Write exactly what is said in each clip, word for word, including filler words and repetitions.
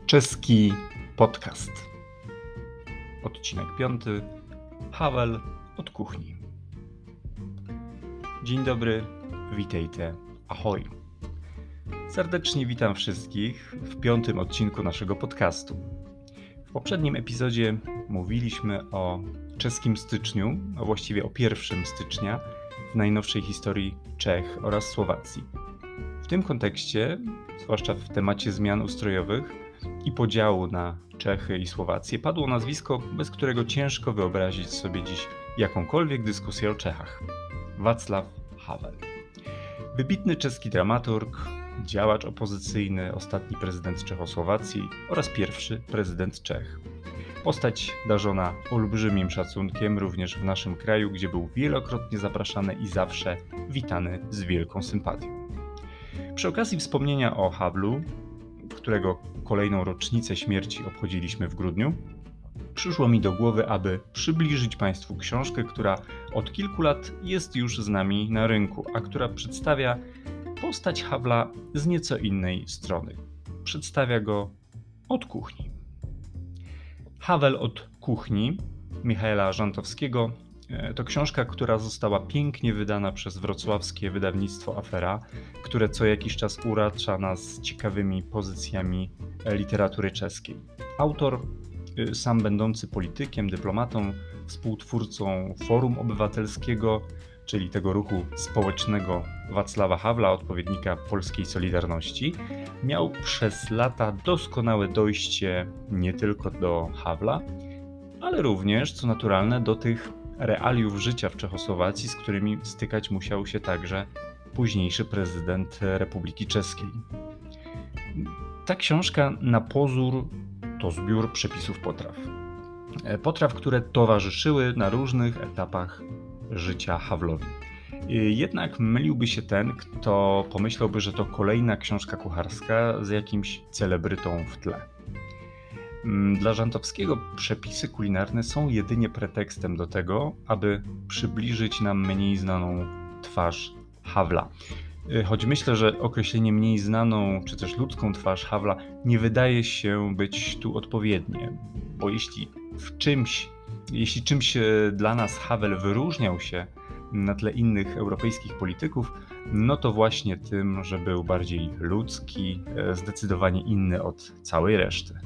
Czeski podcast. Odcinek piąty. Havel od kuchni. Dzień dobry, witajcie, ahoj. Serdecznie witam wszystkich w piątym odcinku naszego podcastu. W poprzednim epizodzie mówiliśmy o czeskim styczniu, a właściwie o pierwszym stycznia w najnowszej historii Czech oraz Słowacji. W tym kontekście, zwłaszcza w temacie zmian ustrojowych i podziału na Czechy i Słowację, padło nazwisko, bez którego ciężko wyobrazić sobie dziś jakąkolwiek dyskusję o Czechach. Václav Havel. Wybitny czeski dramaturg, działacz opozycyjny, ostatni prezydent Czechosłowacji oraz pierwszy prezydent Czech. Postać darzona olbrzymim szacunkiem również w naszym kraju, gdzie był wielokrotnie zapraszany i zawsze witany z wielką sympatią. Przy okazji wspomnienia o Havlu, którego kolejną rocznicę śmierci obchodziliśmy w grudniu, przyszło mi do głowy, aby przybliżyć Państwu książkę, która od kilku lat jest już z nami na rynku, a która przedstawia postać Havla z nieco innej strony. Przedstawia go od kuchni. Havel od kuchni Michaela Żantowskiego to książka, która została pięknie wydana przez wrocławskie wydawnictwo Afera, które co jakiś czas uracza nas ciekawymi pozycjami literatury czeskiej. Autor, sam będący politykiem, dyplomatą, współtwórcą Forum Obywatelskiego, czyli tego ruchu społecznego Wacława Havla, odpowiednika polskiej Solidarności, miał przez lata doskonałe dojście nie tylko do Havla, ale również, co naturalne, do tych realiów życia w Czechosłowacji, z którymi stykać musiał się także późniejszy prezydent Republiki Czeskiej. Ta książka na pozór to zbiór przepisów potraw. Potraw, które towarzyszyły na różnych etapach życia Havlowi. Jednak myliłby się ten, kto pomyślałby, że to kolejna książka kucharska z jakimś celebrytą w tle. Dla Żantowskiego przepisy kulinarne są jedynie pretekstem do tego, aby przybliżyć nam mniej znaną twarz Havla. Choć myślę, że określenie mniej znaną, czy też ludzką twarz Havla nie wydaje się być tu odpowiednie, bo jeśli w czymś, jeśli czymś dla nas Havel wyróżniał się na tle innych europejskich polityków, no to właśnie tym, że był bardziej ludzki, zdecydowanie inny od całej reszty.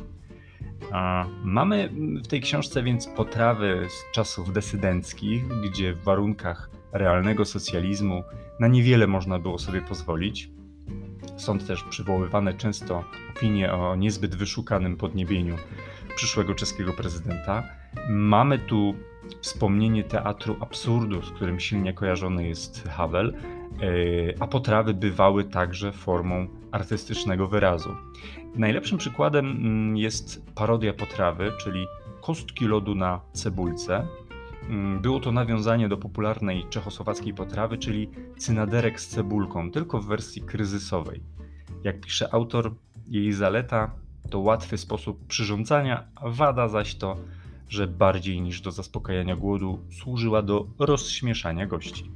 Mamy w tej książce więc potrawy z czasów desydenckich, gdzie w warunkach realnego socjalizmu na niewiele można było sobie pozwolić. Stąd też przywoływane często opinie o niezbyt wyszukanym podniebieniu przyszłego czeskiego prezydenta. Mamy tu wspomnienie teatru absurdu, z którym silnie kojarzony jest Havel, a potrawy bywały także formą artystycznego wyrazu. Najlepszym przykładem jest parodia potrawy, czyli kostki lodu na cebulce. Było to nawiązanie do popularnej czechosłowackiej potrawy, czyli cynaderek z cebulką, tylko w wersji kryzysowej. Jak pisze autor, jej zaleta to łatwy sposób przyrządzania, a wada zaś to, że bardziej niż do zaspokajania głodu służyła do rozśmieszania gości.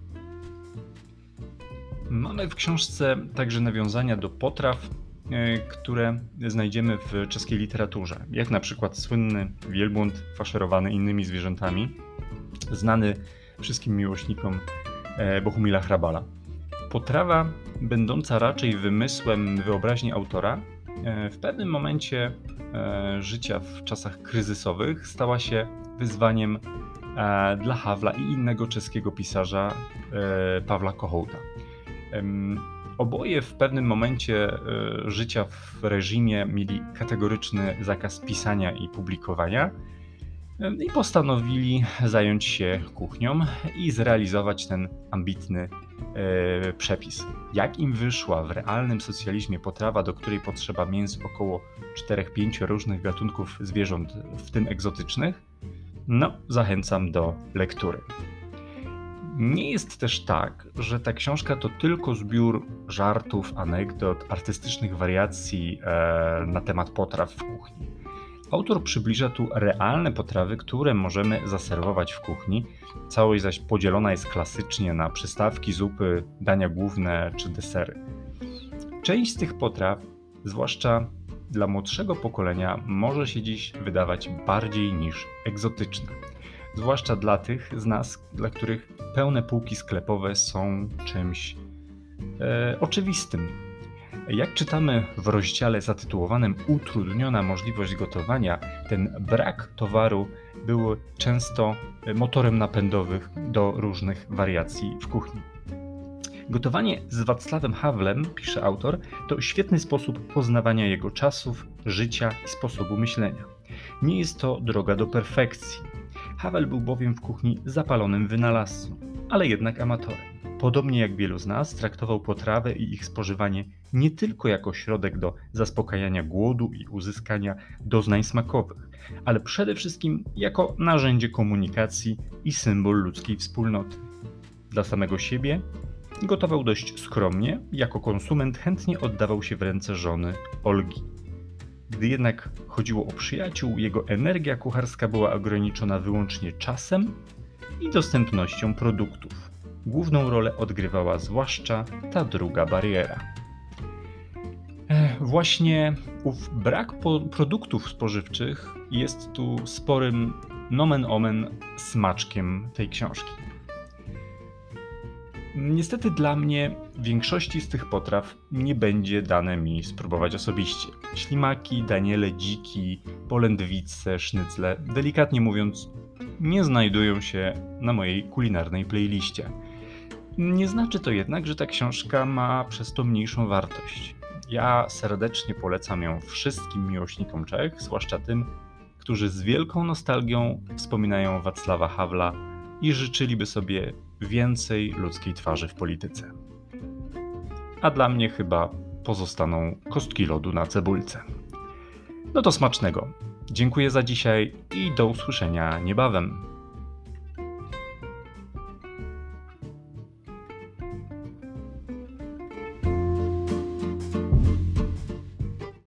Mamy w książce także nawiązania do potraw, które znajdziemy w czeskiej literaturze, jak na przykład słynny wielbłąd faszerowany innymi zwierzętami, znany wszystkim miłośnikom Bohumila Hrabala. Potrawa, będąca raczej wymysłem wyobraźni autora, w pewnym momencie życia w czasach kryzysowych stała się wyzwaniem dla Havla i innego czeskiego pisarza Pawła Kohołta. Oboje w pewnym momencie życia w reżimie mieli kategoryczny zakaz pisania i publikowania i postanowili zająć się kuchnią i zrealizować ten ambitny przepis. Jak im wyszła w realnym socjalizmie potrawa, do której potrzeba mięs około czterech pięciu różnych gatunków zwierząt, w tym egzotycznych, no zachęcam do lektury. Nie jest też tak, że ta książka to tylko zbiór żartów, anegdot, artystycznych wariacji e, na temat potraw w kuchni. Autor przybliża tu realne potrawy, które możemy zaserwować w kuchni. Całość zaś podzielona jest klasycznie na przystawki, zupy, dania główne czy desery. Część z tych potraw, zwłaszcza dla młodszego pokolenia może się dziś wydawać bardziej niż egzotyczna. Zwłaszcza dla tych z nas, dla których pełne półki sklepowe są czymś e, oczywistym. Jak czytamy w rozdziale zatytułowanym Utrudniona możliwość gotowania, ten brak towaru był często motorem napędowym do różnych wariacji w kuchni. Gotowanie z Wacławem Hawlem, pisze autor, to świetny sposób poznawania jego czasów, życia i sposobu myślenia. Nie jest to droga do perfekcji. Havel był bowiem w kuchni zapalonym wynalazcą, ale jednak amatorem. Podobnie jak wielu z nas, traktował potrawę i ich spożywanie nie tylko jako środek do zaspokajania głodu i uzyskania doznań smakowych, ale przede wszystkim jako narzędzie komunikacji i symbol ludzkiej wspólnoty. Dla samego siebie gotował dość skromnie, jako konsument chętnie oddawał się w ręce żony Olgi. Gdy jednak chodziło o przyjaciół, jego energia kucharska była ograniczona wyłącznie czasem i dostępnością produktów. Główną rolę odgrywała zwłaszcza ta druga bariera. Właśnie ów brak produktów spożywczych jest tu sporym nomen omen smaczkiem tej książki. Niestety dla mnie większości z tych potraw nie będzie dane mi spróbować osobiście. Ślimaki, daniele, dziki, polędwice, sznycle, delikatnie mówiąc, nie znajdują się na mojej kulinarnej playliście. Nie znaczy to jednak, że ta książka ma przez to mniejszą wartość. Ja serdecznie polecam ją wszystkim miłośnikom Czech, zwłaszcza tym, którzy z wielką nostalgią wspominają Wacława Hawla i życzyliby sobie więcej ludzkiej twarzy w polityce. A dla mnie chyba pozostaną kostki lodu na cebulce. No to smacznego. Dziękuję za dzisiaj i do usłyszenia niebawem.